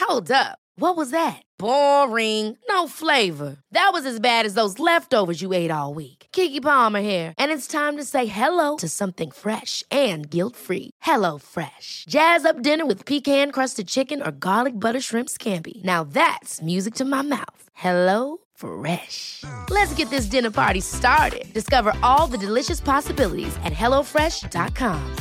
Hold up. What was that? Boring. No flavor. That was as bad as those leftovers you ate all week. Keke Palmer here, and it's time to say hello to something fresh and guilt-free. Hello Fresh. Jazz up dinner with pecan-crusted chicken or garlic butter shrimp scampi. Now that's music to my mouth. Hello Fresh. Let's get this dinner party started. Discover all the delicious possibilities at hellofresh.com.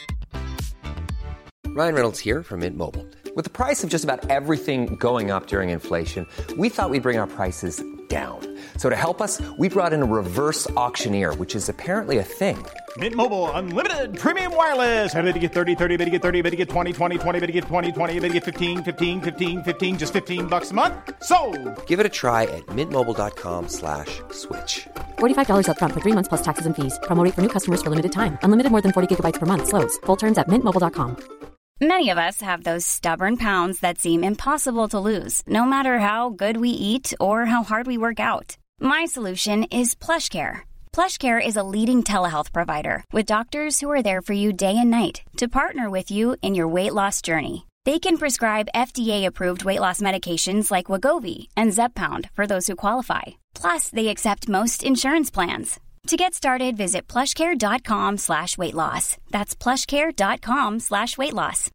Ryan Reynolds here from Mint Mobile. With the price of just about everything going up during inflation, we thought we'd bring our prices down. So to help us, we brought in a reverse auctioneer, which is apparently a thing. Mint Mobile Unlimited Premium Wireless. How to get 30, 30, bit to get 30, bit to get 20, 20, 20, bit to get 20, 20, bit to get 15, 15, 15, 15, just $15 a month? Sold! Give it a try at mintmobile.com/switch. $45 up front for 3 months plus taxes and fees. Promo rate for new customers for limited time. Unlimited more than 40 gigabytes per month. Slows full terms at mintmobile.com. Many of us have those stubborn pounds that seem impossible to lose, no matter how good we eat or how hard we work out. My solution is PlushCare. PlushCare is a leading telehealth provider with doctors who are there for you day and night to partner with you in your weight loss journey. They can prescribe FDA-approved weight loss medications like Wegovy and Zepbound for those who qualify. Plus, they accept most insurance plans. To get started, visit plushcare.com/weightloss. That's plushcare.com/weightloss.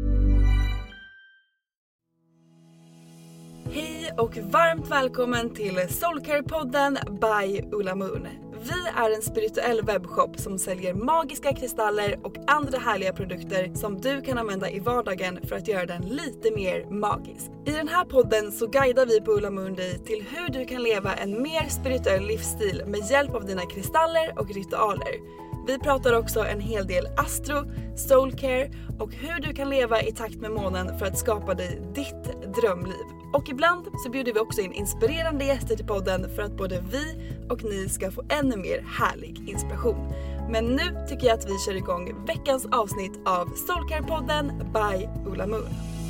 Hej och varmt välkommen till Soulcare-podden by Ulla Moon. Vi är en spirituell webbshop som säljer magiska kristaller och andra härliga produkter som du kan använda i vardagen för att göra den lite mer magisk. I den här podden så guidar vi på Ulla Moon dig till hur du kan leva en mer spirituell livsstil med hjälp av dina kristaller och ritualer. Vi pratar också en hel del astro, soulcare och hur du kan leva i takt med månen för att skapa dig ditt drömliv. Och ibland så bjuder vi också in inspirerande gäster till podden för att både vi och ni ska få ännu mer härlig inspiration. Men nu tycker jag att vi kör igång veckans avsnitt av Soulcare-podden by Ulla Moon.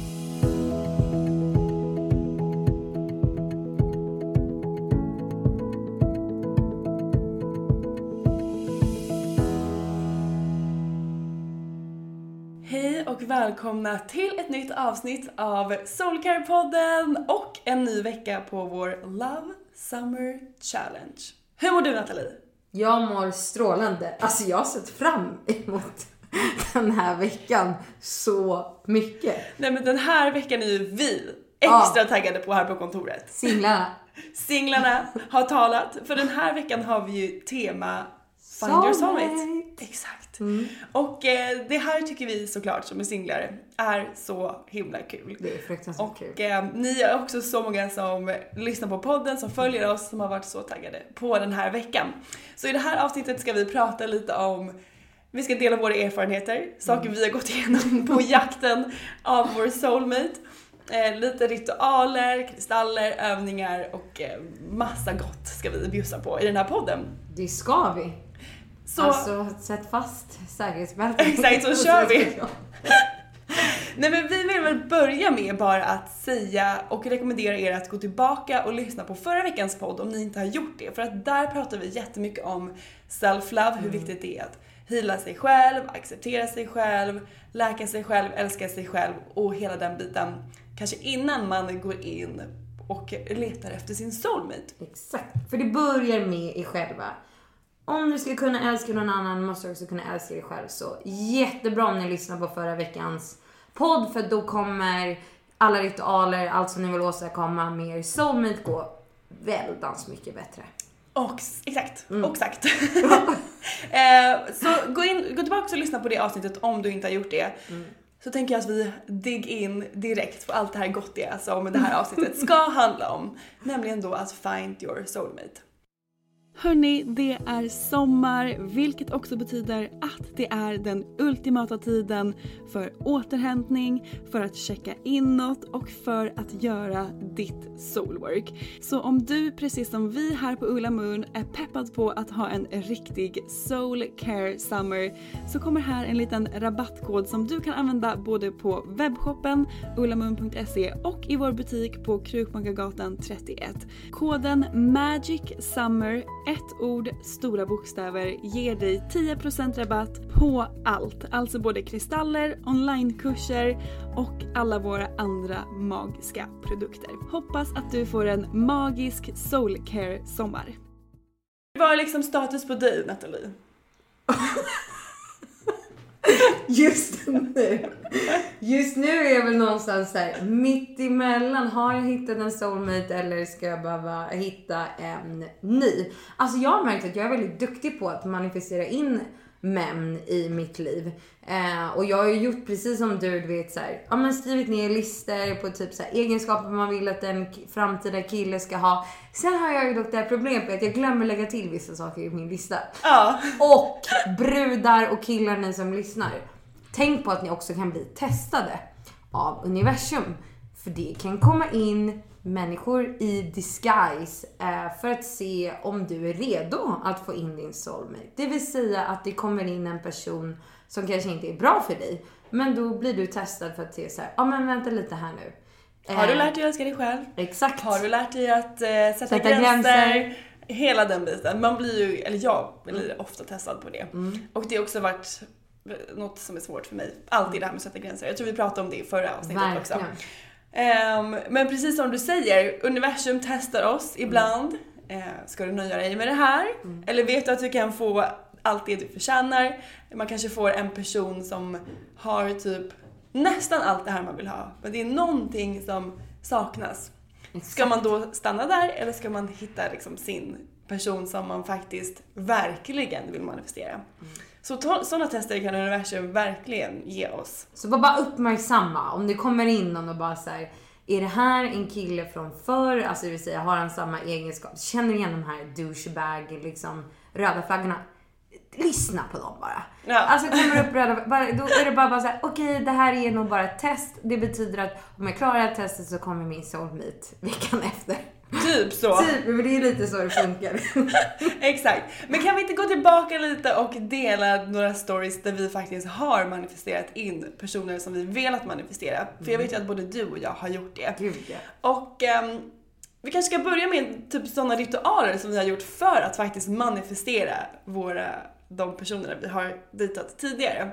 Hej och välkomna till ett nytt avsnitt av Soulcare-podden och en ny vecka på vår Love Summer Challenge. Hur mår du, Nathalie? Jag mår strålande. Alltså jag har sett fram emot den här veckan så mycket. Nej, men den här veckan är ju vi extra taggade på här på kontoret. Singlarna har talat. För den här veckan har vi ju tema Find Your Soulmate. Exakt. Och det här tycker vi såklart som är singlare är så himla kul. Det är fruktansvärt kul. Och ni är också så många som lyssnar på podden, som följer oss, som har varit så taggade på den här veckan. Så i det här avsnittet ska vi prata lite om, vi ska dela våra erfarenheter, saker vi har gått igenom på jakten av vår soulmate. Lite ritualer, kristaller, övningar och massa gott ska vi bjussa på i den här podden. Det ska vi. Så, alltså, sätt fast säkerhetsbältet. Exakt, så kör vi. Nej, men vi vill väl börja med bara att säga och rekommendera er att gå tillbaka och lyssna på förra veckans podd om ni inte har gjort det. För att där pratar vi jättemycket om self-love, hur viktigt det är att heala sig själv, acceptera sig själv, läka sig själv, älska sig själv och hela den biten. Kanske innan man går in och letar efter sin soulmate. Exakt, för det börjar med er själva. Om du ska kunna älska någon annan måste du också kunna älska dig själv. Så jättebra om ni lyssnar på förra veckans podd. För då kommer alla ritualer, allt som ni vill åstadkomma med er soulmate gå väldigt mycket bättre. Och exakt, exakt. Så gå tillbaka och lyssna på det avsnittet om du inte har gjort det. Så tänker jag att vi dig in direkt på allt det här gottiga som det här avsnittet ska handla om. Nämligen då att find your soulmate. Hörrni, det är sommar, vilket också betyder att det är den ultimata tiden för återhämtning, för att checka inåt och för att göra ditt soulwork. Så om du, precis som vi här på Ulla Moon, är peppad på att ha en riktig soul care summer, så kommer här en liten rabattkod som du kan använda både på webbshoppen ullamoon.se och i vår butik på Krukmakargatan 31. Koden MAGICSUMMER ett ord, stora bokstäver, ger dig 10% rabatt på allt. Alltså både kristaller, onlinekurser och alla våra andra magiska produkter. Hoppas att du får en magisk soulcare-sommar. Vad är liksom status på dig, Nathalie? Just nu är jag väl någonstans så här mitt emellan. Har jag hittat en soulmate eller ska jag behöva hitta en ny? Alltså jag har märkt att jag är väldigt duktig på att manifestera in män i mitt liv. Och jag har ju gjort precis som du vet så här, ja, men skrivit ner listor på typ så här egenskaper man vill att en framtida kille ska ha. Sen har jag ju dock det här problemet att jag glömmer lägga till vissa saker i min lista. Ja. Och brudar och killar, ni som lyssnar, tänk på att ni också kan bli testade av universum. För det kan komma in människor i disguise för att se om du är redo att få in din soulmate. Det vill säga att det kommer in en person som kanske inte är bra för dig. Men då blir du testad för att se så här, ja men vänta lite här nu. Har du lärt dig att älska dig själv? Exakt. Har du lärt dig att sätta gränser? Hela den biten. Man blir ju, eller jag blir ofta testad på det. Och det har också varit något som är svårt för mig. Alltid det här med att sätta gränser. Jag tror vi pratade om det i förra avsnittet också. Men precis som du säger, universum testar oss ibland. Ska du nöja dig med det här? Eller vet du att du kan få allt det du förtjänar? Man kanske får en person som har typ nästan allt det här man vill ha. Men det är någonting som saknas. Ska man då stanna där eller ska man hitta liksom sin person som man faktiskt verkligen vill manifestera? Så sådana tester kan universum verkligen ge oss. Så bara uppmärksamma om det kommer in någon och bara så här, är det här en kille från förr? Alltså det vill säga, har han samma egenskap? Känner igen de här douchebag liksom röda flaggorna? Lyssna på dem bara. Ja. Alltså kommer upp röda, då är det bara så här, okej, det här är nog bara ett test. Det betyder att om jag klarar det här testet så kommer min soulmate veckan efter. Typ så. Men det är lite så det funkar. Exakt. Men kan vi inte gå tillbaka lite och dela några stories där vi faktiskt har manifesterat in personer som vi velat manifestera? För jag vet ju att både du och jag har gjort det. Gud, ja. Och vi kanske ska börja med typ sådana ritualer som vi har gjort för att faktiskt manifestera de personerna vi har dejtat tidigare.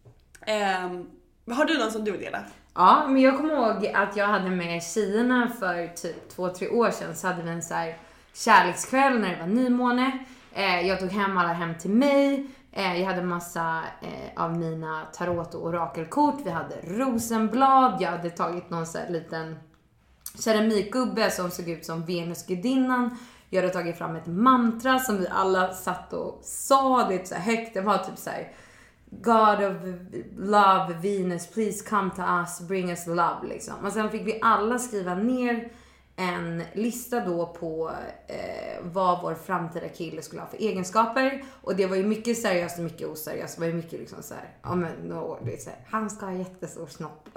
Har du någon som du vill dela? Ja, men jag kommer ihåg att jag hade med tjejerna för typ 2-3 år sedan. Så hade vi en så här kärlekskväll när det var nymåne. Jag tog hem alla hem till mig. Jag hade massa av mina tarot- och orakelkort. Vi hade rosenblad. Jag hade tagit någon så här liten keramikgubbe som såg ut som Venusgudinnan. Jag hade tagit fram ett mantra som vi alla satt och sa det så här högt. Det var typ så här: God of love, Venus, please come to us, bring us love liksom. Och sen fick vi alla skriva ner en lista då på vad vår framtida kille skulle ha för egenskaper. Och det var ju mycket seriöst och mycket oseriöst. Det var ju mycket liksom så här, ja men det är så här, han ska ha jättestor snopp.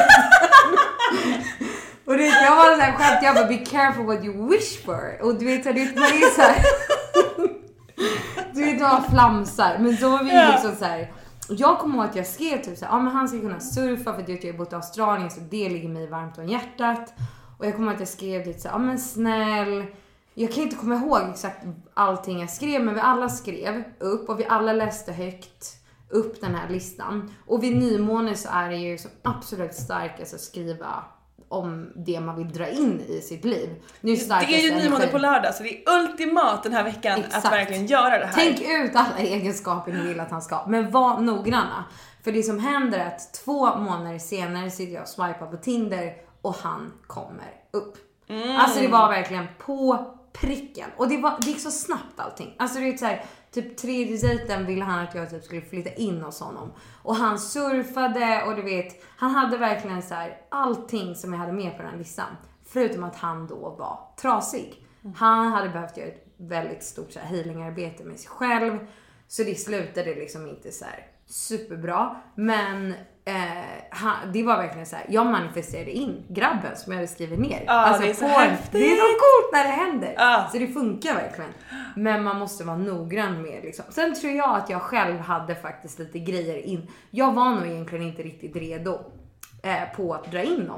Och det, jag var så här skämt, jag bara, be careful what you wish for. Och du vet, man är så här, du vet, man flamsar. Men då var vi liksom så här. Jag kommer ihåg att jag skrev typ så här, ja men han ska kunna surfa för att jag har bott i Australien så det ligger mig varmt om hjärtat. Och jag kommer ihåg att jag skrev lite så här, ja men snäll. Jag kan inte komma ihåg exakt allting jag skrev, men vi alla skrev upp och vi alla läste högt upp den här listan. Och vid nymåne så är det ju som absolut starkast att skriva om det man vill dra in i sitt liv. Det är ju nymåne på lördag, så det är ultimat den här veckan. Exakt. Att verkligen göra det här. Tänk ut alla egenskaper ni vill att han ska, men var noggranna. För det som händer är att 2 månader senare sitter jag och swipar på Tinder och han kommer upp. Alltså det var verkligen på pricken. Och det gick så snabbt allting. Alltså det är så här, typ 3:e dejten ville han att jag typ skulle flytta in hos honom. Och han surfade och du vet, han hade verkligen så här allting som jag hade med på den här listan. Förutom att han då var trasig. Han hade behövt göra ett väldigt stort så här healingarbete med sig själv. Så det slutade liksom inte så här superbra. Men det var verkligen så här, jag manifesterade in grabben som jag hade skrivit ner. Alltså det är så häftigt. Det är så coolt när det händer. Så det funkar verkligen. Men man måste vara noggrann med liksom. Sen tror jag att jag själv hade faktiskt lite grejer in. Jag var nog egentligen inte riktigt redo på att dra in dem.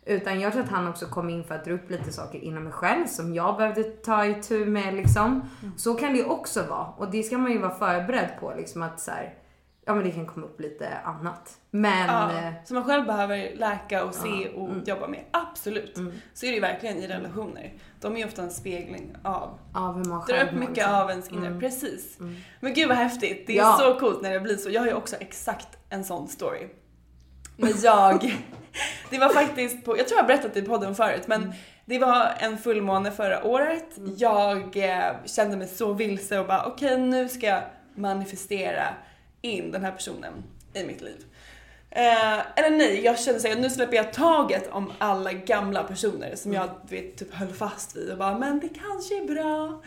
Utan jag tror att han också kom in för att dra upp lite saker inom mig själv som jag behövde ta itu med liksom. Så kan det också vara. Och det ska man ju vara förberedd på liksom, att så här, ja men det kan komma upp lite annat. Men så man själv behöver läka och se och jobba med. Absolut. Så är det ju verkligen i relationer. De är ju ofta en spegling av hur man själv drar upp mycket liksom. Av ens inre. Precis. Men gud vad häftigt. Det är så coolt när det blir så. Jag har ju också exakt en sån story. Men det var faktiskt jag tror jag har berättat det i podden förut, men det var en fullmåne förra året. Jag kände mig så vilse och bara okej, nu ska jag manifestera in den här personen i mitt liv. Eller nej, jag kände så att nu släpper jag taget om alla gamla personer som jag typ höll fast vid och bara, men det kanske är bra,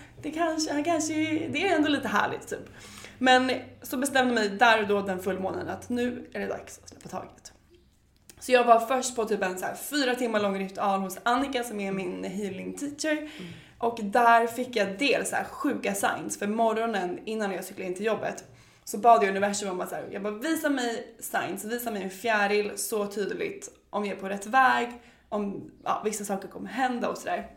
det är ändå lite härligt typ. Men så bestämde mig där och då den fullmånen att nu är det dags att släppa taget. Så jag var först på typ en så här 4 timmar lång ritual hos Annika som är min healing teacher. Och där fick jag dels så här sjuka signs för morgonen innan jag cyklade in till jobbet. Så bad jag universum om att så här, jag bara visa mig signs, visa mig en fjäril så tydligt om jag är på rätt väg, om vissa saker kommer hända och sådär.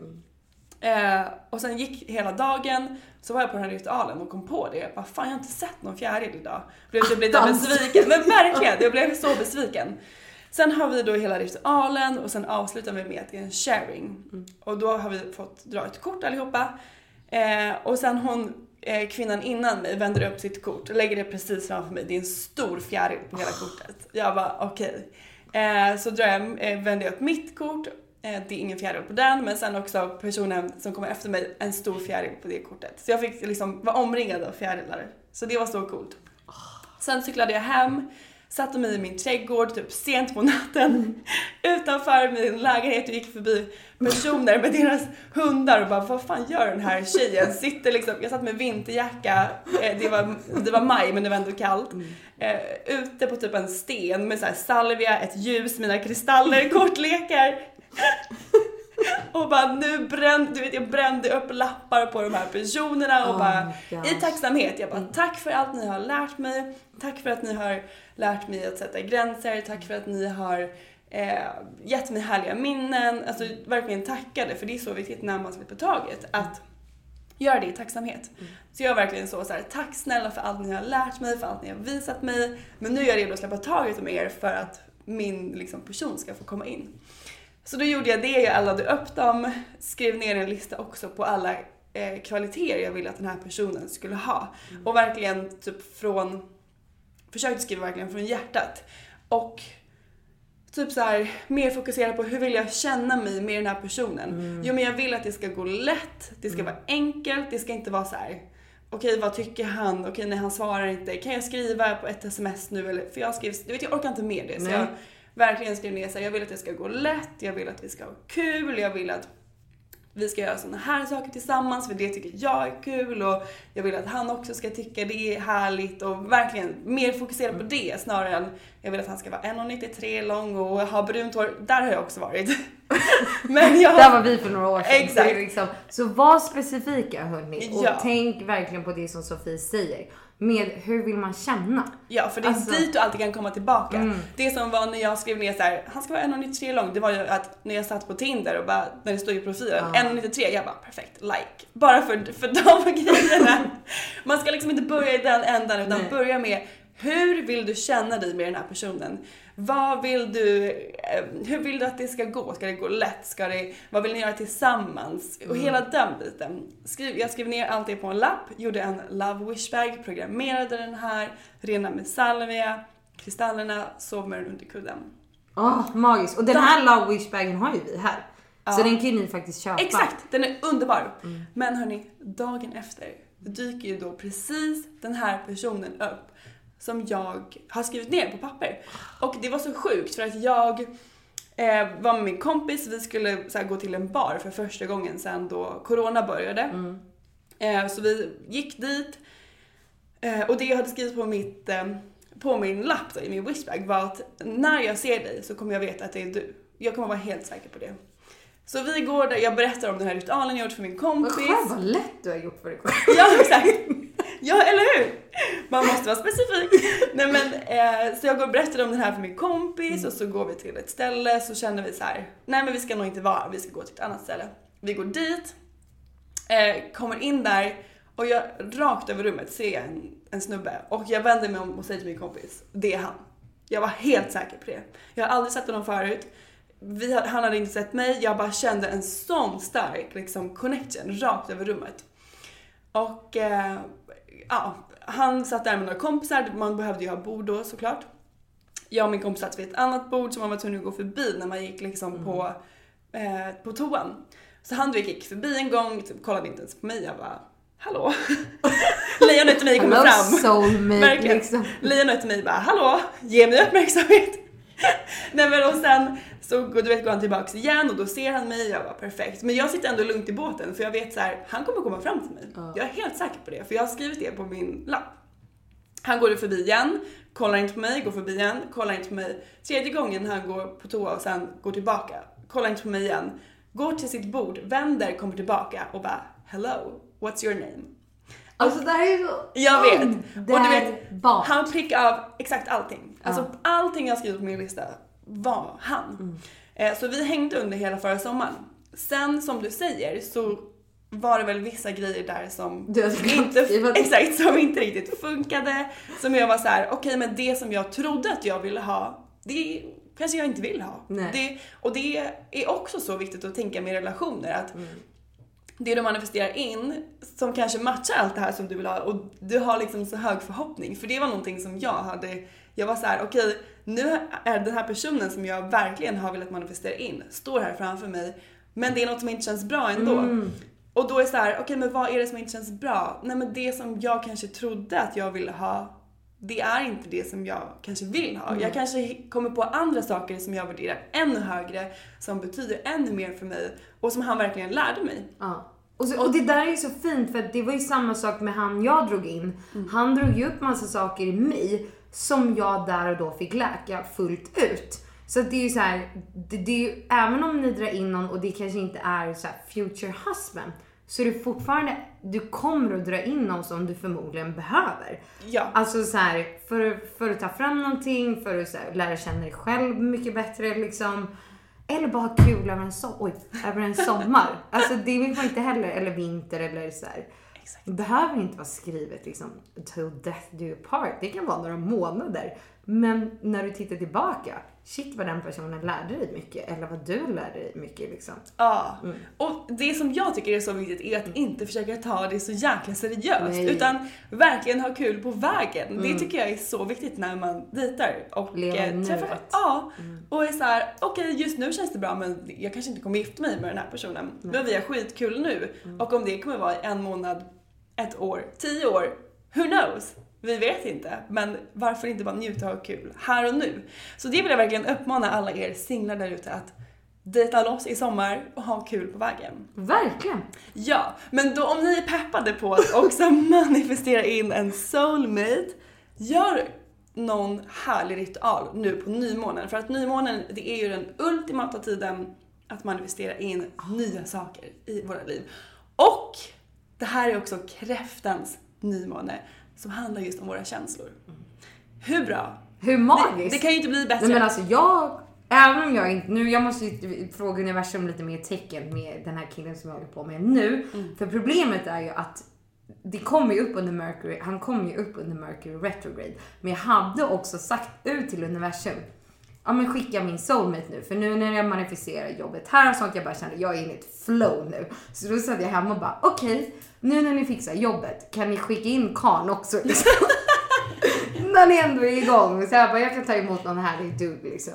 Och sen gick hela dagen, så var jag på den här ritualen och kom på det. Jag bara, fan jag har inte sett någon fjäril idag. Blev lite besviken, men verkligen, jag blev så besviken. Sen har vi då hela ritualen och sen avslutar vi med en sharing. Och då har vi fått dra ett kort allihopa. Och sen kvinnan innan mig vänder upp sitt kort och lägger det precis framför mig. Det är en stor fjäril på hela kortet. Jag bara okej. Så vänder jag upp mitt kort. Det är ingen fjäril på den, men sen också personen som kommer efter mig en stor fjäril på det kortet. Så jag fick liksom vara omringad av fjärilar. Så det var så coolt. Sen cyklade jag hem. Satte mig i min trädgård typ sent på natten utanför min lägenhet och gick förbi personer med deras hundar och bara, vad fan gör den här tjejen? Sitter liksom, jag satt med vinterjacka, det var maj men det var ändå kallt, ute på typ en sten med så här salvia, ett ljus, mina kristaller, kortlekar. Och bara jag brände upp lappar på de här personerna och bara i tacksamhet. Jag bara tack för allt ni har lärt mig. Tack för att ni har lärt mig att sätta gränser. Tack för att ni har gett mig härliga minnen. Alltså verkligen tackade, för det är så viktigt när man släpper taget att göra det i tacksamhet. Så jag är verkligen så här, tack snälla för allt ni har lärt mig, för allt ni har visat mig. Men nu är jag redo att släppa taget om er för att min liksom, person ska få komma in. Så då gjorde jag det, jag laddade upp dem, skrev ner en lista också på alla kvaliteter jag ville att den här personen skulle ha. Och verkligen typ försökte skriva verkligen från hjärtat. Och typ så här, mer fokusera på hur vill jag känna mig med den här personen. Jo men jag vill att det ska gå lätt, det ska vara enkelt, det ska inte vara så här. Okej, vad tycker han? Okej, när han svarar inte, kan jag skriva på ett sms nu? Eller, för jag orkar inte med det. Så jag verkligen skrev ner så här, jag vill att det ska gå lätt, jag vill att vi ska ha kul, jag vill att vi ska göra såna här saker tillsammans för det tycker jag är kul och jag vill att han också ska tycka det är härligt och verkligen mer fokusera på det snarare än jag vill att han ska vara 1,93 lång och ha brunt hår. Där har jag också varit. Men där var vi för några år sedan. Exakt. Liksom, så var specifika hörni och tänk verkligen på det som Sofie säger. Med hur vill man känna? Ja, för det är dit du alltid kan komma tillbaka. Det som var när jag skrev ner så här, han ska vara 1,93 lång. Det var ju att när jag satt på Tinder och bara, när det stod i profilen 1,93, jag bara perfekt, like. Bara för de grejerna. Man ska liksom inte börja i den ändan utan börja med hur vill du känna dig med den här personen? Hur vill du att det ska gå? Ska det gå lätt? Vad vill ni göra tillsammans? Och hela den biten. Jag skrev ner allt det på en lapp, gjorde en love wish bag, programmerade den här, rena med salvia, kristallerna, sov med den under kudden. Magiskt. Och den här love wish bagen har ju vi här. Så den kan ju ni faktiskt köpa. Exakt, den är underbar. Men hörni, dagen efter dyker ju då precis den här personen upp som jag har skrivit ner på papper. Och det var så sjukt för att jag var med min kompis. Vi skulle så här, gå till en bar för första gången sedan då corona började. Så vi gick dit. Och det jag hade skrivit på min lapp då, i min wishbag var att när jag ser dig så kommer jag veta att det är du. Jag kommer vara helt säker på det. Så vi går där, jag berättar om den här ritualen jag gjort för min kompis. Vad lätt du har gjort för dig. Ja, exakt. Ja, eller hur? Man måste vara specifik. Nej, men, så jag går och berättar om det här för min kompis och så går vi till ett ställe, så känner vi så här: nej men vi ska nog inte vara, vi ska gå till ett annat ställe. Vi går dit, kommer in där och jag rakt över rummet ser en snubbe och jag vänder mig om och säger till min kompis: det är han. Jag var helt säker på det. Jag har aldrig sett honom förut. Han hade inte sett mig. Jag bara kände en sån stark liksom, connection rakt över rummet. Och han satt där med några kompisar. Man behövde ju ha bord då såklart. Jag och min kompis satt vid ett annat bord som man var tvungen att gå förbi när man gick liksom på toan. Så han gick förbi en gång, typ, kollade inte ens på mig. Jag bara: hallå. Lejonet i mig kommer fram. Soulmate, liksom. Lejonet i mig bara: hallå, ge mig uppmärksamhet. Nej, men och sen så går han tillbaka igen och då ser han mig. Jag var perfekt. Men jag sitter ändå lugnt i båten för jag vet så här: han kommer komma fram till mig. Jag är helt säker på det för jag har skrivit det på min lapp. Han går förbi igen, kollar inte på mig, går förbi igen, kollar inte på mig. Tredje gången han går på toa och sen går tillbaka, kollar inte på mig igen, går till sitt bord, vänder, kommer tillbaka och bara: hello, what's your name? Alltså det här är så... Jag vet. Och du vet, han prickar av exakt allting. Alltså allting jag skrivit på min lista var han. Så vi hängde under hela förra sommaren. Sen som du säger så var det väl vissa grejer där som inte riktigt funkade. Som jag var så här: okej, men det som jag trodde att jag ville ha, det kanske jag inte vill ha. Det är också så viktigt att tänka med relationer att det du manifesterar in som kanske matchar allt det här som du vill ha, och du har liksom så hög förhoppning. För det var någonting som jag hade. Jag var så här: okej, nu är den här personen som jag verkligen har velat manifestera in står här framför mig, men det är något som inte känns bra ändå. Och då är det så här: okej, men vad är det som inte känns bra? Nej, men det som jag kanske trodde att jag ville ha, det är inte det som jag kanske vill ha. Jag kanske kommer på andra saker som jag värderar ännu högre, som betyder ännu mer för mig och som han verkligen lärde mig. Ja. Och det där är så fint, för att det var ju samma sak med han jag drog in. Han drog ju upp massa saker i mig som jag där och då fick läka fullt ut. Så det är ju så här, det är ju, även om ni drar in någon och det kanske inte är så här future husband, så är det fortfarande, du kommer att dra in någon som du förmodligen behöver. Ja. Alltså så här, för att ta fram någonting, för att så här, lära känna dig själv mycket bättre liksom. Eller bara kul över en sommar. Alltså det vill man inte heller. Eller vinter eller så här. Exakt. Det behöver inte vara skrivet liksom till death do you part. Det kan vara några månader. Men när du tittar tillbaka, shit vad den personen lärde dig mycket. Eller vad du lärde dig mycket liksom. Ja, och det som jag tycker är så viktigt är att inte försöka ta det så jäkla seriöst. Nej. Utan verkligen ha kul på vägen. Det tycker jag är så viktigt när man dejtar. Och träffar. Ja, och är så här: okej, just nu känns det bra, men jag kanske inte kommer gifta mig med den här personen. Men vi har skitkul nu. Och om det kommer vara 1 månad, 1 år, 10 år, who knows? Vi vet inte, men varför inte bara njuta och ha kul här och nu? Så det vill jag verkligen uppmana alla er singlar där ute att dejta loss i sommar och ha kul på vägen. Verkligen! Ja, men då om ni är peppade på att också manifestera in en soulmate, gör någon härlig ritual nu på nymånen. För att nymånen, det är ju den ultimata tiden att manifestera in nya saker i våra liv. Och det här är också kräftans nymåne, som handlar just om våra känslor. Hur bra? Hur magiskt? Det kan ju inte bli bättre. Nej, men alltså även om jag inte, jag måste ju fråga universum lite mer tecken med den här killen som jag håller på med nu. För problemet är ju att det kommer ju upp under Mercury, han kommer ju upp under Mercury retrograde. Men jag hade också sagt ut till universum: ja men skicka min soulmate nu. För nu när jag manifesterar jobbet här och sånt, jag bara kände jag är inne i ett flow nu. Så då satt jag hemma och bara okej, nu när ni fixar jobbet, kan ni skicka in Karn också liksom? När ni ändå är igång. Så jag bara, jag kan ta emot någon härlig dude liksom.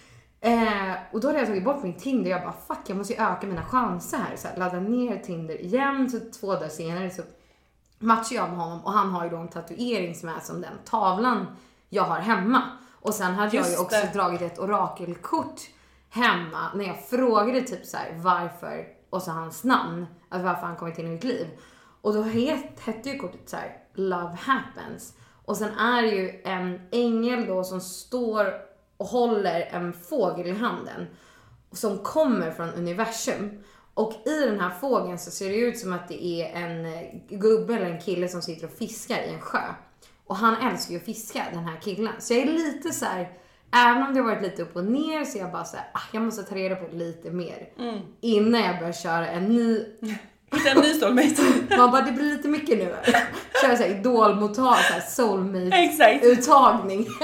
Och då hade jag tagit bort min Tinder. Jag bara fuck, jag måste ju öka mina chanser här. Så här, ladda ner Tinder igen. Så 2 dagar senare så matchar jag med honom. Och han har ju då en tatuering som är som den tavlan jag har hemma. Och sen hade jag ju också dragit ett orakelkort hemma. När jag frågade typ så här varför, och så hans namn, alltså varför han kommit in i mitt liv. Och då hette ju kortet så här Love Happens. Och sen är det ju en ängel då som står och håller en fågel i handen som kommer från universum. Och i den här fågeln så ser det ut som att det är en gubbe eller en kille som sitter och fiskar i en sjö. Och han älskar ju att fiska, den här killen. Så jag är lite så här, även om det har varit lite upp och ner, så jag bara så här, jag måste ta reda på lite mer. Innan jag börjar köra en ny soulmate. Man bara, det blir lite mycket nu. Kör så här idolmottag, så här soulmate-uttagning.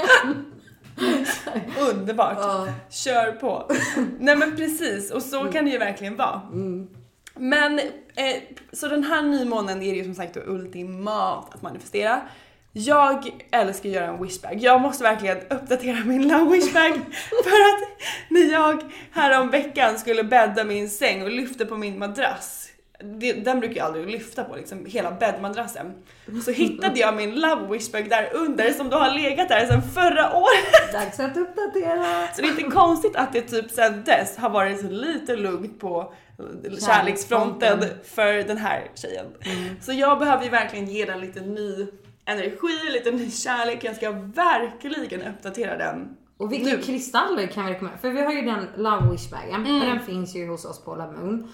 Underbart. Kör på. Nej men precis, och så kan det ju verkligen vara. Men så den här nymånen är det ju som sagt ultimat att manifestera. Jag älskar att göra en wishbag. Jag måste verkligen uppdatera min love wishbag. För att när jag här om veckan skulle bädda min säng och lyfta på min madrass, den brukar jag aldrig lyfta på, liksom hela bäddmadrassen. Så hittade jag min love wishbag där under, som då har legat där sedan förra året. Dags att uppdatera. Så det är inte konstigt att det typ sedan dess har varit så lite lugnt på kärleksfronten för den här tjejen. Så jag behöver ju verkligen ge den lite ny energi, lite ny kärlek. Jag ska verkligen uppdatera den. Och vilka kristaller kan vi rekommendera? För vi har ju den Love Wish-bagen. Och den finns ju hos oss på Love Moon.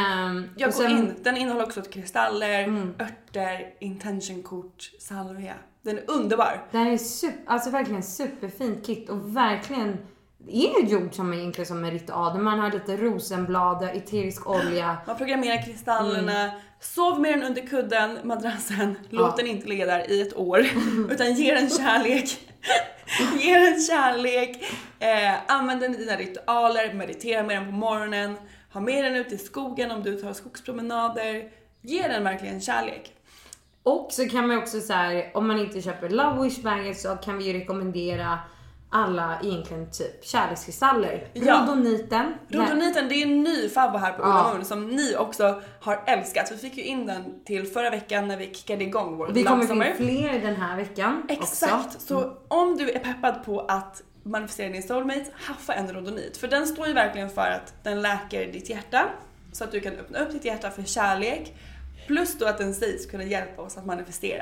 Den innehåller också kristaller, örter, intentionkort, salvia. Den är underbar. Den är verkligen superfint kit. Och verkligen är gjord som egentligen som en ritual. Man har lite rosenblad, eterisk olja. Man programmerar kristallerna. Sov med den under kudden, madrassen. Låt den inte ligga där i ett år. Utan ge den kärlek. Ge den kärlek. Använd den i dina ritualer. Meditera med den på morgonen. Ha med den ut i skogen om du tar skogspromenader. Ge den verkligen kärlek. Och så kan man också så här, om man inte köper Love Wish-bagen, så kan vi ju rekommendera alla egentligen typ kärlekskristaller. Rodoniten. Rodoniten, det är en ny favvo här på Ulla Moon som ni också har älskat. Vi fick ju in den till förra veckan när vi kickade igång vår Vi kommer få fler den här veckan. Exakt, också. Så om du är peppad på att manifestera din soulmate, haffa en rodonit. För den står ju verkligen för att den läker ditt hjärta. Så att du kan öppna upp ditt hjärta för kärlek. Plus då att den sägs kunna hjälpa oss att manifestera.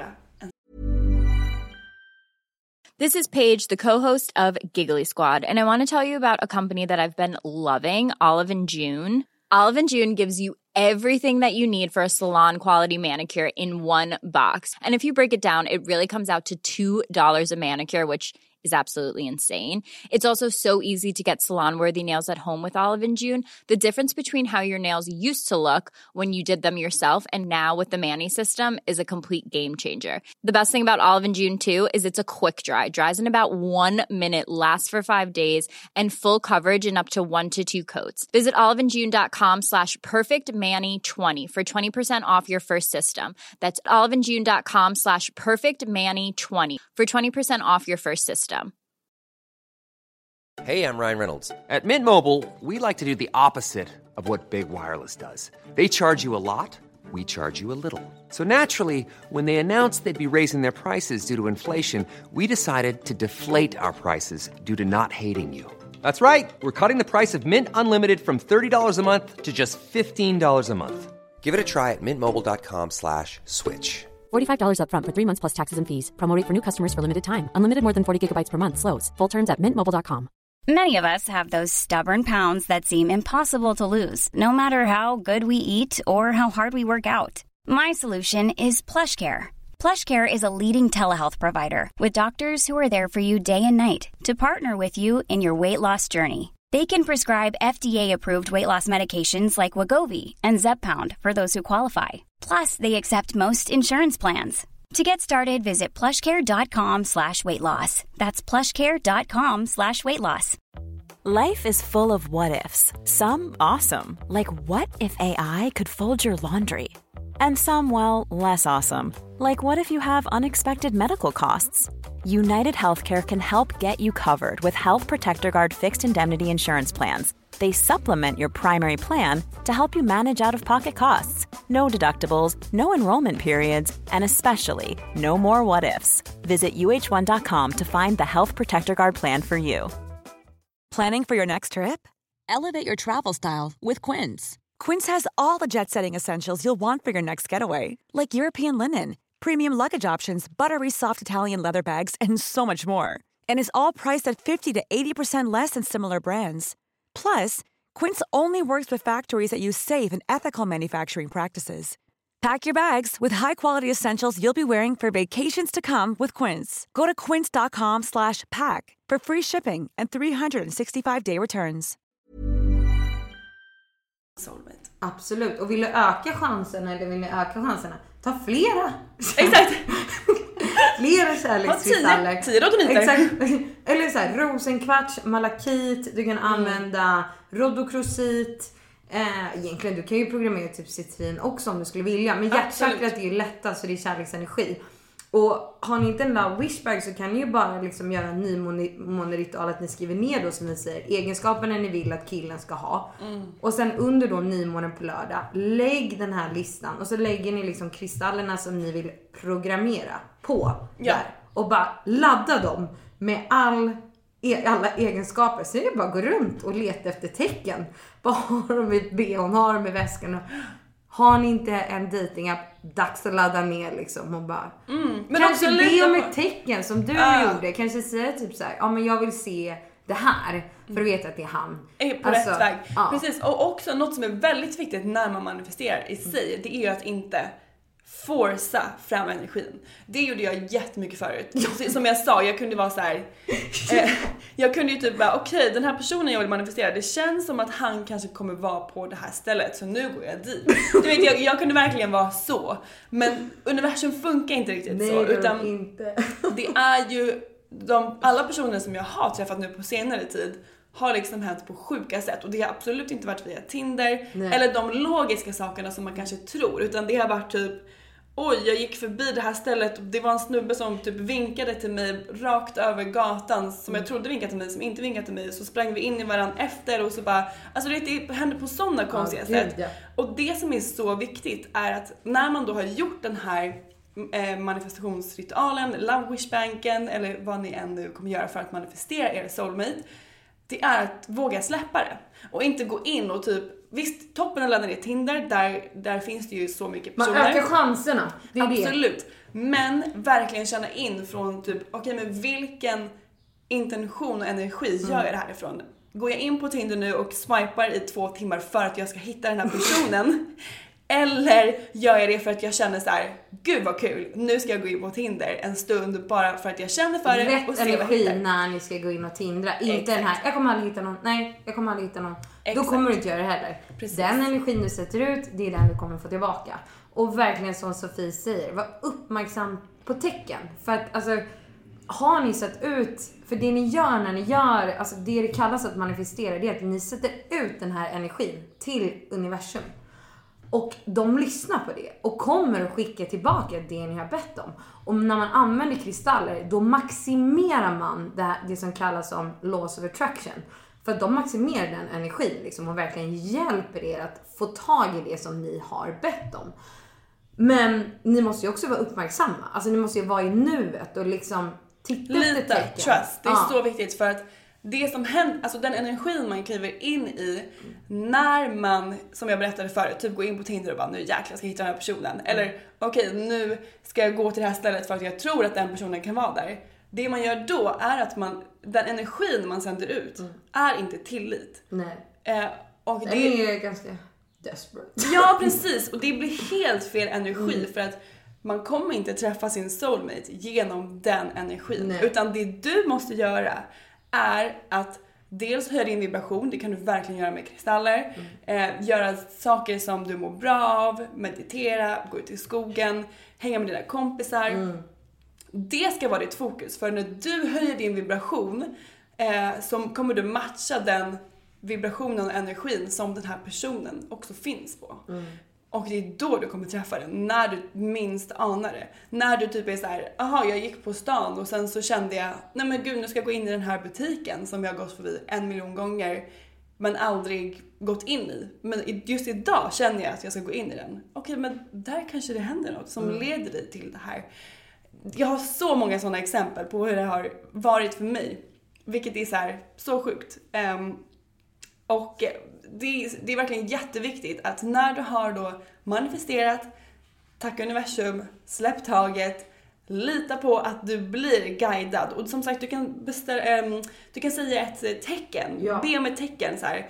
This is Paige, the co-host of Giggly Squad, and I want to tell you about a company that I've been loving, Olive & June. Olive & June gives you everything that you need for a salon-quality manicure in one box. And if you break it down, it really comes out to $2 a manicure, which is absolutely insane. It's also so easy to get salon-worthy nails at home with Olive & June. The difference between how your nails used to look when you did them yourself and now with the Mani system is a complete game changer. The best thing about Olive & June too is it's a quick dry. Dries in about 1 minute, lasts for 5 days, and full coverage in up to 1 to 2 coats. Visit oliveandjune.com/perfectmani20 for 20% off your first system. That's oliveandjune.com/perfectmani20 for 20% off your first system. Hey, I'm Ryan Reynolds. At Mint Mobile, we like to do the opposite of what Big Wireless does. They charge you a lot, we charge you a little. So naturally, when they announced they'd be raising their prices due to inflation, we decided to deflate our prices due to not hating you. That's right. We're cutting the price of Mint Unlimited from $30 a month to just $15 a month. Give it a try at mintmobile.com/switch. $45 up front for 3 months plus taxes and fees. Promo rate for new customers for limited time. Unlimited more than 40 gigabytes per month slows. Full terms at mintmobile.com. Many of us have those stubborn pounds that seem impossible to lose, no matter how good we eat or how hard we work out. My solution is PlushCare. PlushCare is a leading telehealth provider with doctors who are there for you day and night to partner with you in your weight loss journey. They can prescribe FDA-approved weight loss medications like Wegovy and Zepbound for those who qualify. Plus, they accept most insurance plans. To get started, visit plushcare.com/weightloss. That's plushcare.com/weightloss. Life is full of what-ifs. Some awesome, like what if AI could fold your laundry? And some, well, less awesome, like what if you have unexpected medical costs? United Healthcare can help get you covered with Health Protector Guard fixed indemnity insurance plans. They supplement your primary plan to help you manage out-of-pocket costs. No deductibles, no enrollment periods, and especially no more what-ifs. Visit uh1.com to find the Health Protector Guard plan for you. Planning for your next trip? Elevate your travel style with Quince. Quince has all the jet-setting essentials you'll want for your next getaway, like European linen, premium luggage options, buttery soft Italian leather bags, and so much more. And is all priced at 50 to 80% less than similar brands. Plus, Quince only works with factories that use safe and ethical manufacturing practices. Pack your bags with high-quality essentials you'll be wearing for vacations to come with Quince. Go to quince.com/pack for free shipping and 365-day returns. Soulmate. Absolut. Och vill du öka chanserna eller vill ni öka chanserna? Ta flera. Exakt. Flera kärlekskristaller. 10 rodoniter. Exakt. Eller så här, rosenkvarts, malakit. Du kan använda rodokrosit. Egentligen, du kan ju programmera typ citrin också om du skulle vilja. Men hjärtchakrat är ju lättast, så det är kärleksenergi. Och har ni inte en love wishbag så kan ni ju bara liksom göra en nymåneritual, att ni skriver ner då, som ni säger, egenskaperna ni vill att killen ska ha. Och sen under då nymånen på lördag, lägg den här listan och så lägger ni liksom kristallerna som ni vill programmera på där. Och bara ladda dem med alla egenskaper. Så är det bara gå runt och leta efter tecken. Vad har de i bhn, har de i väskan? Har ni inte en datingapp, dags att ladda ner liksom och bara men kanske också be om ett tecken som du gjorde. Kanske säga typ så här: ja men jag vill se det här för att veta att det är han. Är på rätt väg. Precis. Och också något som är väldigt viktigt när man manifesterar i sig, det är ju att inte forsa fram energin. Det gjorde jag jättemycket förut. Som jag sa, jag kunde vara så här. Jag kunde ju typ bara, okej, den här personen jag vill manifestera, det känns som att han kanske kommer vara på det här stället, så nu går jag dit. Du vet, jag kunde verkligen vara så. Men universum funkar inte riktigt så. Utan inte. Det är ju alla personer som jag har träffat nu på senare tid har liksom hänt på sjuka sätt. Och det har absolut inte varit via Tinder. Nej. Eller de logiska sakerna som man kanske tror. Utan det har varit typ, oj, jag gick förbi det här stället och det var en snubbe som typ vinkade till mig rakt över gatan, som jag trodde vinkade till mig, som inte vinkade till mig. Så sprang vi in i varandra efter och så bara, alltså det händer på sådana konstiga sätt. Ja. Och det som är så viktigt är att när man då har gjort den här manifestationsritualen, love wish-banken eller vad ni än nu kommer göra för att manifestera er soulmate, det är att våga släppa det. Och inte gå in och typ, visst, toppen att ladda ner Tinder, där finns det ju så mycket personer. Man ökar chanserna, det är absolut. Det. Men verkligen känna in från typ, okej, men vilken intention och energi gör jag det härifrån? Går jag in på Tinder nu och swipar i 2 timmar för att jag ska hitta den här personen? Eller gör jag det för att jag känner så här: gud vad kul, nu ska jag gå in på Tinder en stund bara för att jag känner för det. Rätt och se vad jag hittar. när ni ska gå in och tindra. Inte den här, jag kommer aldrig hitta någon. Nej, jag kommer aldrig hitta någon. Exakt. Då kommer du inte göra det heller. Precis. Den energin du sätter ut, det är den du kommer få tillbaka. Och verkligen som Sofie säger, var uppmärksam på tecken. För att alltså, har ni sett ut, för det ni gör när ni gör, alltså det kallas att manifestera, det är att ni sätter ut den här energin till universum. Och de lyssnar på det och kommer att skicka tillbaka det ni har bett om. Och när man använder kristaller, då maximerar man det som kallas som laws of attraction. För att de maximerar den energin liksom, och verkligen hjälper er att få tag i det som ni har bett om. Men ni måste ju också vara uppmärksamma. Alltså ni måste ju vara i nuet och liksom titta efter tecken. Trust, det är så viktigt, för att det som händer, alltså den energin man kliver in i när man, som jag berättade förut, typ går in på Tinder och bara, nu jäklar ska jag hitta den här personen. Eller okej, nu ska jag gå till det här stället för att jag tror att den personen kan vara där. Det man gör då är att den energin man sänder ut är inte tillit. Nej. Och det är ganska desperate. Ja, precis. Och det blir helt fel energi för att man kommer inte träffa sin soulmate genom den energin. Nej. Utan det du måste göra är att dels höja din vibration, det kan du verkligen göra med kristaller. Göra saker som du mår bra av, meditera, gå ut i skogen, hänga med dina kompisar. Det ska vara ditt fokus, för när du höjer din vibration så kommer du matcha den vibrationen och energin som den här personen också finns på. Och det är då du kommer träffa den, när du minst anar det. När du typ är så här: aha, jag gick på stan och sen så kände jag, nej men gud, nu ska jag gå in i den här butiken som jag har gått förbi 1 miljon gånger men aldrig gått in i. Men just idag känner jag att jag ska gå in i den. Okej, men där kanske det händer något som leder dig till det här. Jag har så många sådana exempel på hur det har varit för mig, vilket är så här, så sjukt. Och det är verkligen jätteviktigt att när du har då manifesterat, tacka universum, släpp taget, lita på att du blir guidad. Och som sagt, du kan säga ett tecken, be om ett tecken så här: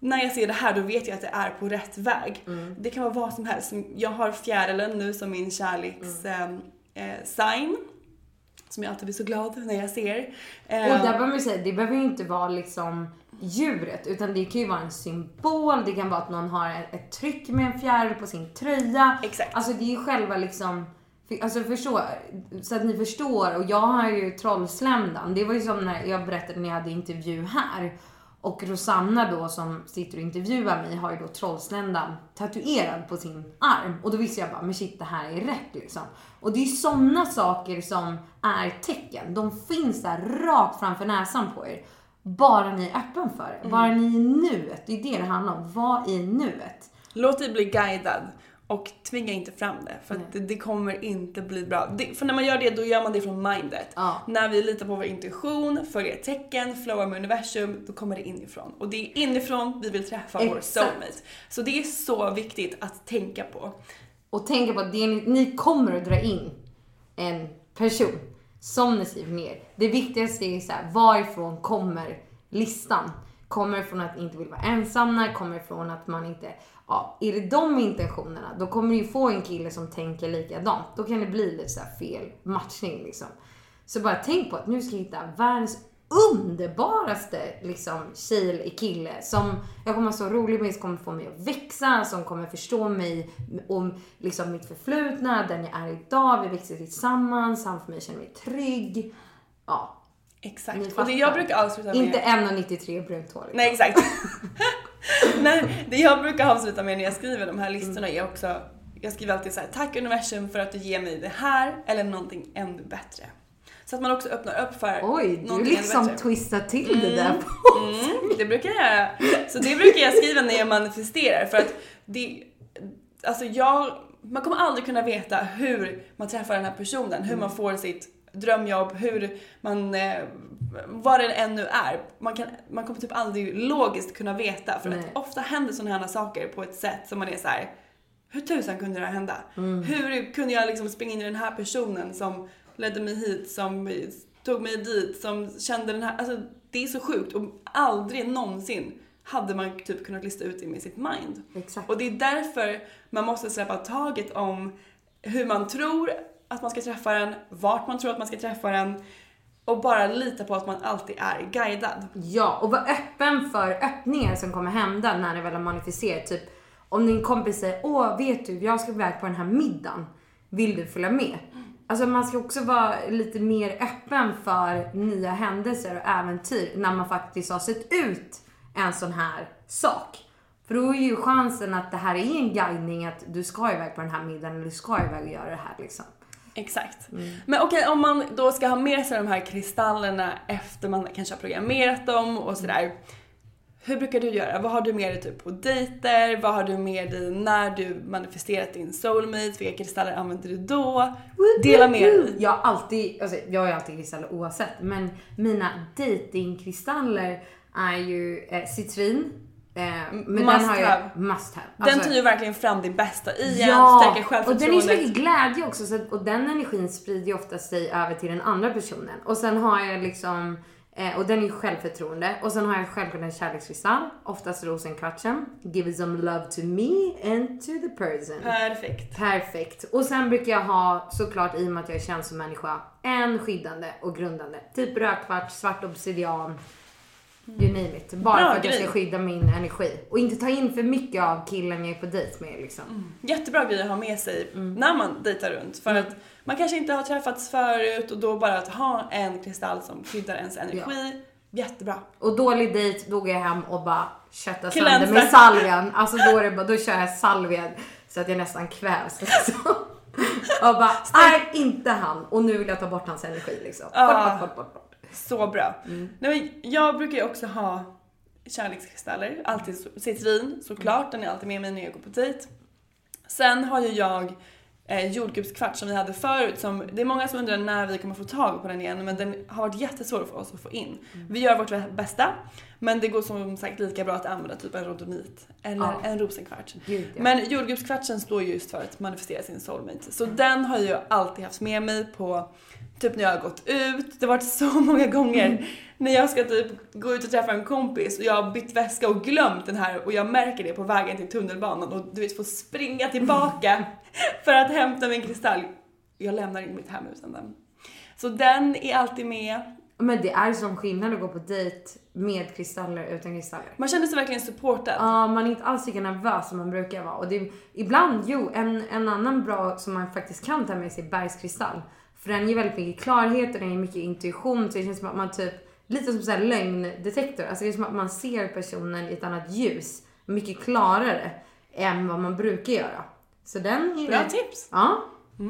när jag ser det här då vet jag att det är på rätt väg. Det kan vara vad som helst. Jag har fjärilen nu som min kärlekssign. Som jag alltid blir så glad när jag ser. Och där behöver man säga, det behöver ju inte vara liksom djuret, utan det kan ju vara en symbol. Det kan vara att någon har ett tryck med en fjäril på sin tröja. Exakt. Alltså det är ju själva liksom, alltså förstå, så att ni förstår. Och jag har ju trollsländan. Det var ju som när jag berättade när jag hade intervju här. Och Rosanna då som sitter och intervjuar mig har ju då trollsländan tatuerad på sin arm. Och då visste jag bara, men shit, det här är rätt liksom. Och det är ju sådana saker som är tecken. De finns där rakt framför näsan på er. Bara ni är öppen för det. Bara ni är i nuet. Det är det handlar om. Var i nuet. Låt dig bli guidad. Och tvinga inte fram det. För att det kommer inte bli bra. För när man gör det, då gör man det från mindet. När vi litar på vår intuition, följer tecken, flowar med universum, då kommer det inifrån. Och det är inifrån vi vill träffa vår soulmate. Så det är så viktigt att tänka på. Och tänka på att ni kommer att dra in en person som ni skriver ner. Det viktigaste är så här, varifrån kommer listan? Kommer det från att ni inte vill vara ensamma? Kommer det från att man inte... Ja, är det de intentionerna, då kommer du ju få en kille som tänker likadant. Då kan det bli lite så här fel matchning liksom. Så bara tänk på att nu ska jag hitta världens underbaraste liksom, tjej eller kille som jag kommer så rolig med, som kommer få mig att växa, som kommer förstå mig om liksom, mitt förflutna, den jag är idag. Vi växer tillsammans, han får mig känna mig trygg. Ja. Exakt. Och det jag brukar avsluta med... Inte 1,93 brunt hår. Nej, exakt. Nej, det jag brukar avsluta med när jag skriver de här listorna är också... Jag skriver alltid så här: tack universum för att du ger mig det här eller någonting ännu bättre. Så att man också öppnar upp för du liksom twistar till det där på. Det brukar jag göra. Så det brukar jag skriva när jag manifesterar. För att det... Alltså man kommer aldrig kunna veta hur man träffar den här personen. Hur man får sitt drömjobb, hur man, vad det ännu är. Man kommer typ aldrig logiskt kunna veta. För att ofta händer sådana här saker på ett sätt som man är så här: hur tusan kunde det här hända? Hur kunde jag liksom springa in i den här personen som ledde mig hit, som tog mig dit, som kände den här... Alltså det är så sjukt. Och aldrig någonsin hade man typ kunnat lista ut det med sitt mind. Exakt. Och det är därför man måste släppa taget om hur man tror att man ska träffa den, vart man tror att man ska träffa den, och bara lita på att man alltid är guidad. Ja, och vara öppen för öppningar som kommer hända när ni väl har manifesterat. Typ om din kompis säger: vet du, jag ska iväg på den här middagen, vill du följa med? Alltså man ska också vara lite mer öppen för nya händelser och äventyr när man faktiskt har sett ut en sån här sak. För då är ju chansen att det här är en guidning, att du ska iväg på den här middagen eller du ska iväg och göra det här liksom. Exakt. Men okej, om man då ska ha med sig de här kristallerna efter man kanske har programmerat dem och sådär. Hur brukar du göra? Vad har du med dig typ på dejter? Vad har du med dig när du manifesterat din soulmate? Vilka kristaller använder du då? Dela med dig. Jag har alltid kristaller oavsett. Men mina datingkristaller är ju citrin. Men den har jag must have. Den tar ju verkligen fram det bästa i stärker självförtroendet. Och den är så mycket glädje också, och den energin sprider ju ofta sig över till den andra personen. Och sen har jag liksom, och den är ju självförtroende. Och sen har jag självklart en kärlekskristall, oftast rosenkvartsen. Give some love to me and to the person. Perfekt. Och sen brukar jag ha, såklart i och med att jag är känd som människa, en skyddande och grundande. Typ rödkvarts, svart obsidian. You name it. Bara för att jag ska skydda min energi. Och inte ta in för mycket av killen jag är på dejt med liksom. Jättebra grej att ha med sig när man dejtar runt. För att man kanske inte har träffats förut. Och då bara att ha en kristall som skyddar ens energi. Jättebra. Och dålig dejt, då går jag hem och bara köttar sönder med salvian. Alltså då kör jag salvian så att jag nästan kvävs liksom. Och bara, nej, inte han. Och nu vill jag ta bort hans energi liksom. Bort. Så bra. Nej, jag brukar ju också ha kärlekskristaller. Alltid citrin, såklart. Den är alltid med mig när jag går på dejt. Sen har ju jag jordgubbskvart som vi hade förut. Det är många som undrar när vi kommer få tag på den igen. Men den har varit jättesvår för oss att få in. Vi gör vårt bästa. Men det går som sagt lika bra att använda typ en rhodonit eller en rosenkvart. Men jordgubbskvartsen står just för att manifestera sin soulmate. Så den har jag alltid haft med mig på typ när jag har gått ut. Det har varit så många gånger när jag ska typ gå ut och träffa en kompis och jag har bytt väska och glömt den här och jag märker det på vägen till tunnelbanan och du vet får springa tillbaka för att hämta min kristall. Jag lämnar in mitt hem utan den. Så den är alltid med. Men det är som skillnad att gå på dejt med kristaller utan kristaller. Man känner sig verkligen supportad. Ja, man är inte alls lika nervös som man brukar vara. Och det är, ibland, en annan bra som man faktiskt kan ta med sig bergskristall. För den ger väldigt mycket klarhet och den ger mycket intuition. Så det känns som att man typ, lite som så här lögndetektor. Alltså det är som att man ser personen i ett annat ljus. Mycket klarare än vad man brukar göra. Så den är... Bra tips. Ja.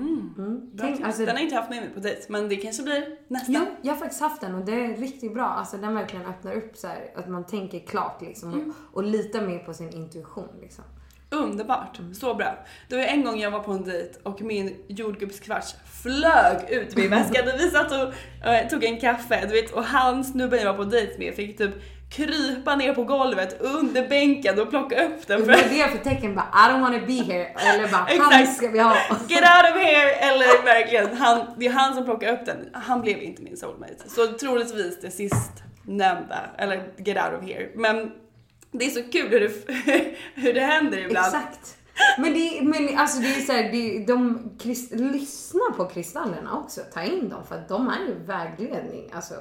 Tänk, alltså, den har jag inte haft med mig på dejt, men det kanske blir nästa. Ja, jag har faktiskt haft den och det är riktigt bra. Alltså den verkligen öppnar upp så här, att man tänker klart liksom, och litar mer på sin intuition liksom. Underbart, så bra. Det var en gång jag var på en dejt och min jordgubbskvarts flög ut vid väskan. Vi satt och tog en kaffe, du vet, och han snubben jag var på dejt med fick typ krypa ner på golvet under bänken och plocka upp den. För det är för tecken bara, I don't want to be here. Eller bara, han ska vi ha. Get out of here. Eller verkligen, det är han som plockar upp den. Han blev inte min soulmate. Så troligtvis det sist nämnda. Eller get out of here. Men det är så kul hur det händer ibland. Exakt. Men alltså det är så här, lyssna på kristallerna också. Ta in dem för att de är ju vägledning. Alltså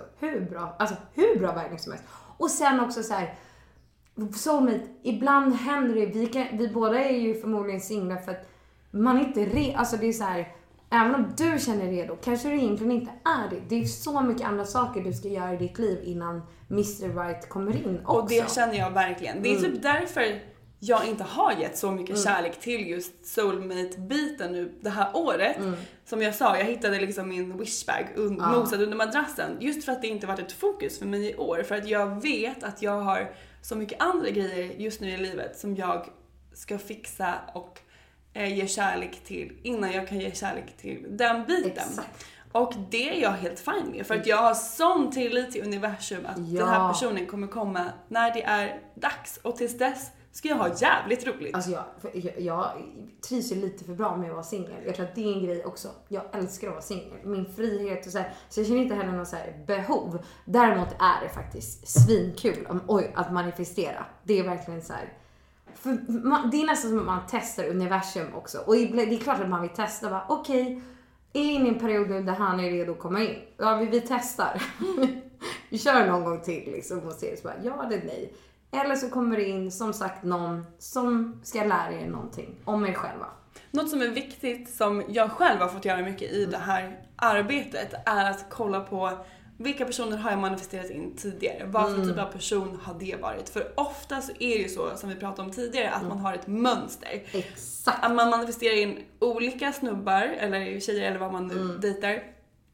hur bra vägledning som helst. Och sen också så här, soulmate, ibland händer det, vi båda är ju förmodligen singlar för att man inte alltså det är så här, även om du känner redo, kanske du egentligen inte är det. Det är så mycket andra saker du ska göra i ditt liv innan Mr. Right kommer in också. Och det känner jag verkligen. Det är typ därför jag inte har gett så mycket kärlek till just soulmate-biten nu det här året. Som jag sa, jag hittade liksom min wishbag mosad under madrassen. Just för att det inte varit ett fokus för mig i år. För att jag vet att jag har så mycket andra grejer just nu i livet som jag ska fixa och ge kärlek till innan jag kan ge kärlek till den biten. Exakt. Och det är jag helt fine med. För att jag har sån tillit till universum att den här personen kommer komma när det är dags. Och tills dess ska jag ha jävligt roligt. Alltså jag trivs ju lite för bra med att vara singel. Jag tror att det är en grej också. Jag älskar att vara singel. Min frihet och så här. Så jag känner inte heller någon så här behov. Däremot är det faktiskt svinkul att manifestera. Det är verkligen så här. För det är nästan som att man testar universum också. Och det är klart att man vill testa. Okej, är in i en period där han är redo att komma in. Ja, vi testar. Vi kör någon gång till liksom och ser så bara, ja eller nej. Eller så kommer det in, som sagt, någon som ska lära er någonting om er själva. Något som är viktigt, som jag själv har fått göra mycket i det här arbetet, är att kolla på vilka personer har jag manifesterat in tidigare. Vad för typ av person har det varit? För ofta så är det ju så, som vi pratade om tidigare, att man har ett mönster. Exakt. Att man manifesterar in olika snubbar, eller tjejer, eller vad man nu dejtar,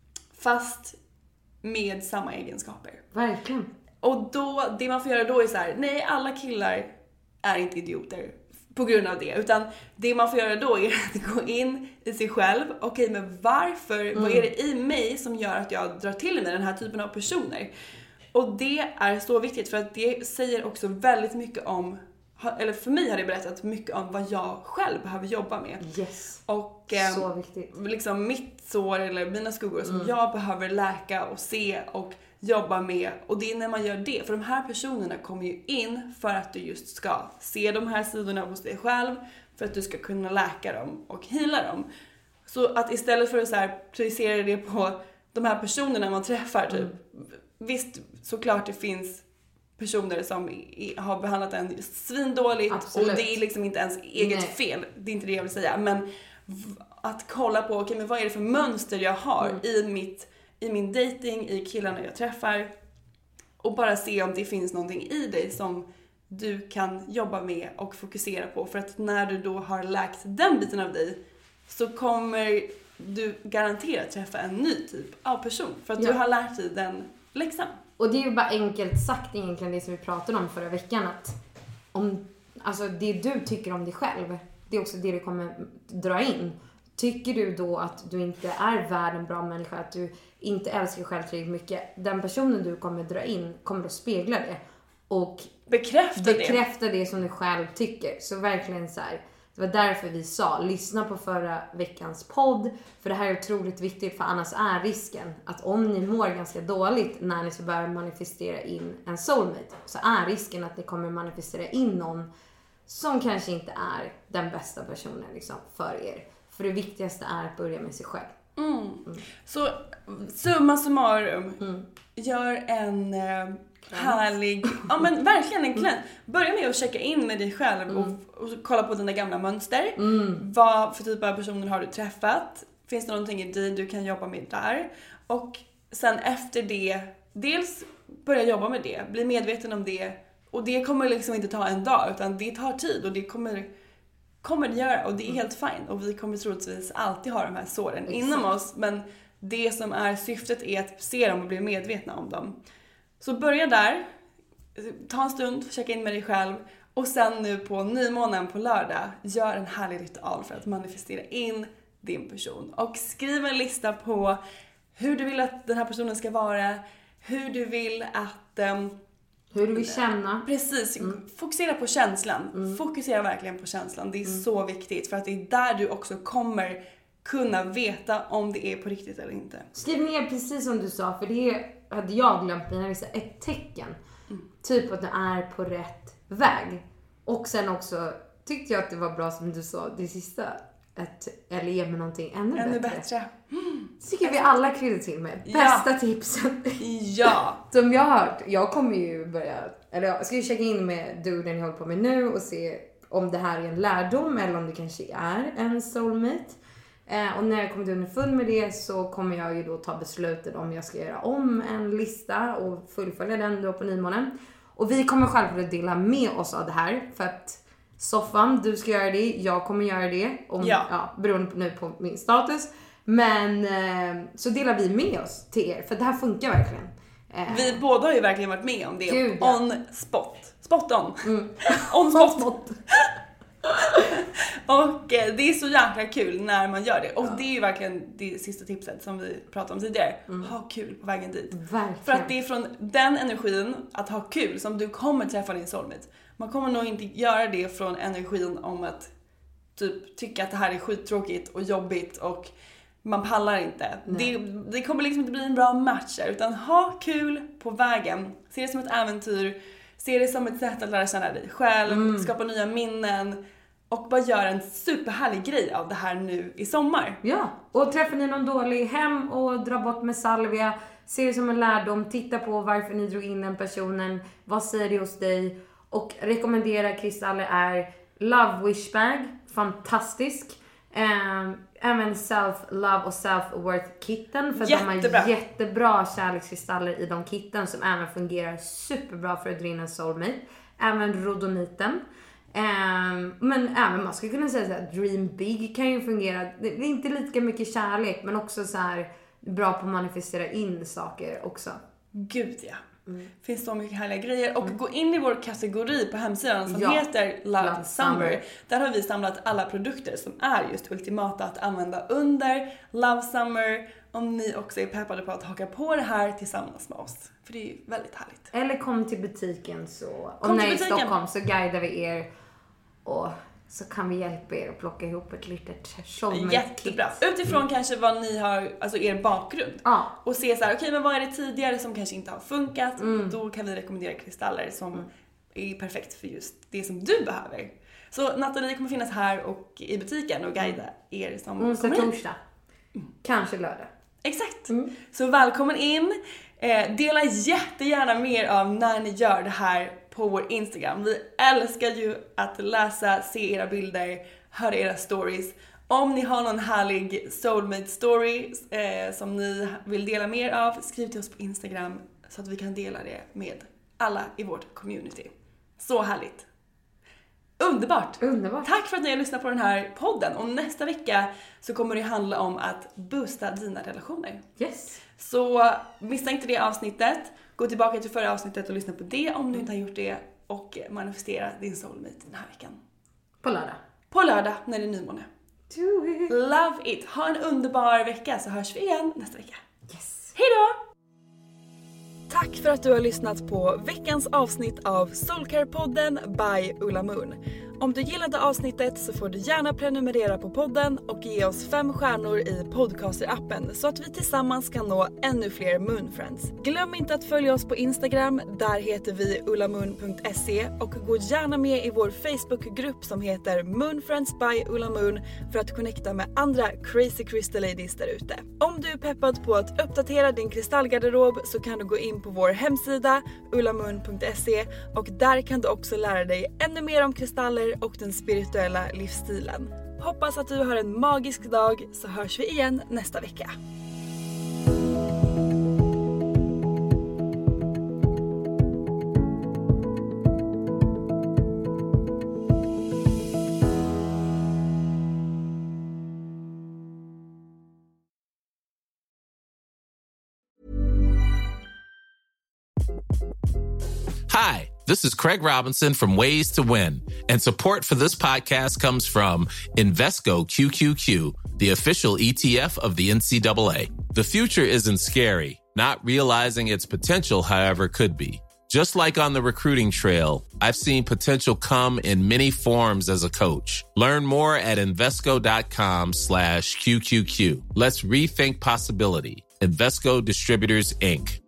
fast med samma egenskaper. Verkligen. Och då, det man får göra då är så här: nej, alla killar är inte idioter på grund av det. Utan det man får göra då är att gå in i sig själv. Okej, men varför? Vad är det i mig som gör att jag drar till mig den här typen av personer? Och det är så viktigt, för att det säger också väldigt mycket om, eller för mig har det berättat mycket om vad jag själv behöver jobba med. Yes. Och så viktigt. Liksom mitt sår eller mina skuggor som jag behöver läka och se och jobba med. Och det är när man gör det, för de här personerna kommer ju in för att du just ska se de här sidorna hos dig själv, för att du ska kunna läka dem och heala dem. Så att istället för att så här projicera det på de här personerna man träffar typ, visst, såklart det finns personer som har behandlat en svindåligt. Absolut. Och det är liksom inte ens eget fel. Det är inte det jag vill säga. Men att kolla på, okej, men vad är det för mönster jag har i min dating, i killarna jag träffar, och bara se om det finns någonting i dig som du kan jobba med och fokusera på. För att när du då har läkt den biten av dig, så kommer du garanterat träffa en ny typ av person. För att du har lärt dig den läxan. Och det är ju bara enkelt sagt egentligen det som vi pratade om förra veckan, att alltså det du tycker om dig själv, det är också det du kommer dra in. Tycker du då att du inte är värd en bra människa, att du inte älskar dig själv tillräckligt mycket, den personen du kommer dra in kommer att spegla det och bekräfta det som du själv tycker. Så verkligen så här, Det var därför vi sa, lyssna på förra veckans podd. För det här är otroligt viktigt, för annars är risken att om ni mår ganska dåligt när ni ska börja manifestera in en soulmate, så är risken att ni kommer manifestera in någon som kanske inte är den bästa personen liksom, för er. För det viktigaste är att börja med sig själv. Så summa summarum, gör en härlig, ja men verkligen en kläm. Börja med att checka in med dig själv och kolla på dina gamla mönster. Vad för typ av personer har du träffat? Finns det någonting i dig du kan jobba med där? Och sen efter det, dels börja jobba med det, bli medveten om det. Och det kommer liksom inte ta en dag, utan det tar tid och det kommer det göra, och det är helt fint. Och vi kommer troligtvis alltid ha de här såren inom oss, men det som är syftet är att se dem och bli medvetna om dem. Så börja där, ta en stund, checka in med dig själv, och sen nu på nymånen på lördag, gör en härlig ritual för att manifestera in din person. Och skriv en lista på hur du vill att den här personen ska vara, hur du vill att... hur du vill känna. Precis, fokusera på känslan. Fokusera verkligen på känslan, det är så viktigt, för att det är där du också kommer kunna veta om det är på riktigt eller inte. Skriv ner precis som du sa, för det hade jag glömt när vi sa ett tecken. Typ att du är på rätt väg. Och sen också tyckte jag att det var bra som du sa, det sista, eller ge mig någonting ännu bättre. Tycker vi alla kryddar till med. Bästa tipsen. Ja. Som jag har hört. Jag kommer ju börja, eller jag ska ju checka in med duden jag håller på med nu och se om det här är en lärdom eller om det kanske är en soulmate. Och när jag kommer underfund med det så kommer jag ju då ta beslutet om jag ska göra om en lista och fullfölja den då på nymånen. Och vi kommer självklart dela med oss av det här, för att Soffan, du ska göra det, jag kommer göra det, beroende på, nu på min status. Men så delar vi med oss till er, för det här funkar verkligen. Vi båda har ju verkligen varit med om det. Gud, ja. On spot. Spot on. On spot. Och det är så jäkla kul när man gör det. Och det är ju verkligen det sista tipset som vi pratade om tidigare. Ha kul på vägen dit. Verkligen. För att det är från den energin, att ha kul, som du kommer träffa din soulmate. Man kommer nog inte göra det från energin om att typ tycka att det här är skittråkigt och jobbigt och man pallar inte. Det kommer liksom inte bli en bra match där, utan ha kul på vägen. Se det som ett äventyr. Se det som ett sätt att lära känna dig själv. Skapa nya minnen. Och bara göra en superhärlig grej av det här nu i sommar. Ja, och träffar ni någon dålig, hem och dra bort med salvia. Se det som en lärdom. Titta på varför ni drog in den personen. Vad säger det hos dig? Och rekommendera kristaller är Love Wish Bag. Fantastisk. Även Self-Love och Self-Worth kitten. För de har jättebra kärlekskristaller i de kitten som även fungerar superbra för att dra in en soulmate. Även Rhodoniten. Men även man skulle kunna säga att Dream Big kan ju fungera. Det är inte lika mycket kärlek, men också så här bra på att manifestera in saker också. Gud ja. Finns så mycket härliga grejer. Och gå in i vår kategori på hemsidan som heter Love Summer. Där har vi samlat alla produkter som är just ultimata att använda under Love Summer. Om ni också är peppade på att haka på det här tillsammans med oss. För det är ju väldigt härligt. Eller kom till butiken så. Om ni är i Stockholm så guidar vi er. Och så kan vi hjälpa er att plocka ihop ett litet soulmate-kit. Jättebra. Utifrån kanske vad ni har, alltså er bakgrund. Ja. Och se så här, okej, men vad är det tidigare som kanske inte har funkat? Då kan vi rekommendera kristaller som är perfekt för just det som du behöver. Så Nathalie kommer finnas här och i butiken och guida er som onsdag, torsdag. Kanske lördag. Exakt. Så välkommen in. Dela jättegärna mer av när ni gör det här på vår Instagram. Vi älskar ju att läsa, se era bilder, höra era stories. Om ni har någon härlig soulmate story som ni vill dela mer av, skriv till oss på Instagram så att vi kan dela det med alla i vårt community. Så härligt. Underbart. Tack för att ni har lyssnat på den här podden. Och nästa vecka så kommer det handla om att boosta dina relationer. Yes. Så missa inte det avsnittet. Gå tillbaka till förra avsnittet och lyssna på det om du inte har gjort det. Och manifestera din soulmate den här veckan. På lördag. På lördag när det är nymåne. Do it. Love it. Ha en underbar vecka så hörs vi igen nästa vecka. Yes. Hej då! Tack för att du har lyssnat på veckans avsnitt av Soulcare-podden by Ulla Moon. Om du gillade avsnittet så får du gärna prenumerera på podden och ge oss 5 stjärnor i Podcaster-appen så att vi tillsammans kan nå ännu fler Moonfriends. Glöm inte att följa oss på Instagram, där heter vi ullamoon.se, och gå gärna med i vår Facebookgrupp som heter Moonfriends by Ulla Moon för att connecta med andra crazy crystal ladies där ute. Om du är peppad på att uppdatera din kristallgarderob så kan du gå in på vår hemsida ullamoon.se, och där kan du också lära dig ännu mer om kristaller och den spirituella livsstilen. Hoppas att du har en magisk dag, så hörs vi igen nästa vecka. Hi, this is Craig Robinson from Ways to Win, and support for this podcast comes from Invesco QQQ, the official ETF of the NCAA. The future isn't scary. Not realizing its potential, however, could be. Just like on the recruiting trail, I've seen potential come in many forms as a coach. Learn more at Invesco.com/QQQ. Let's rethink possibility. Invesco Distributors, Inc.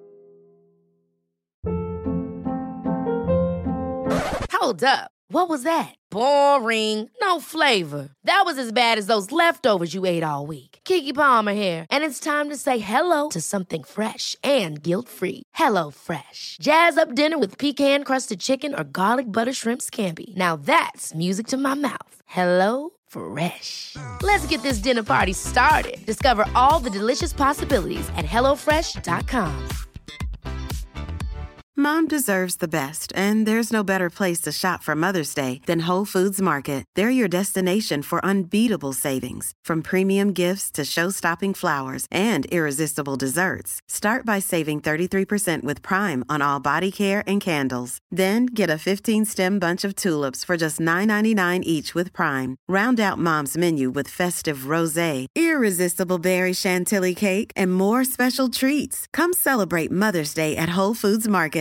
Hold up. What was that? Boring. No flavor. That was as bad as those leftovers you ate all week. Keke Palmer here, and it's time to say hello to something fresh and guilt-free. Hello Fresh. Jazz up dinner with pecan-crusted chicken or garlic butter shrimp scampi. Now that's music to my mouth. Hello Fresh. Let's get this dinner party started. Discover all the delicious possibilities at hellofresh.com. Mom deserves the best, and there's no better place to shop for Mother's Day than Whole Foods Market. They're your destination for unbeatable savings, from premium gifts to show-stopping flowers and irresistible desserts. Start by saving 33% with Prime on all body care and candles. Then get a 15-stem bunch of tulips for just $9.99 each with Prime. Round out Mom's menu with festive rosé, irresistible berry chantilly cake, and more special treats. Come celebrate Mother's Day at Whole Foods Market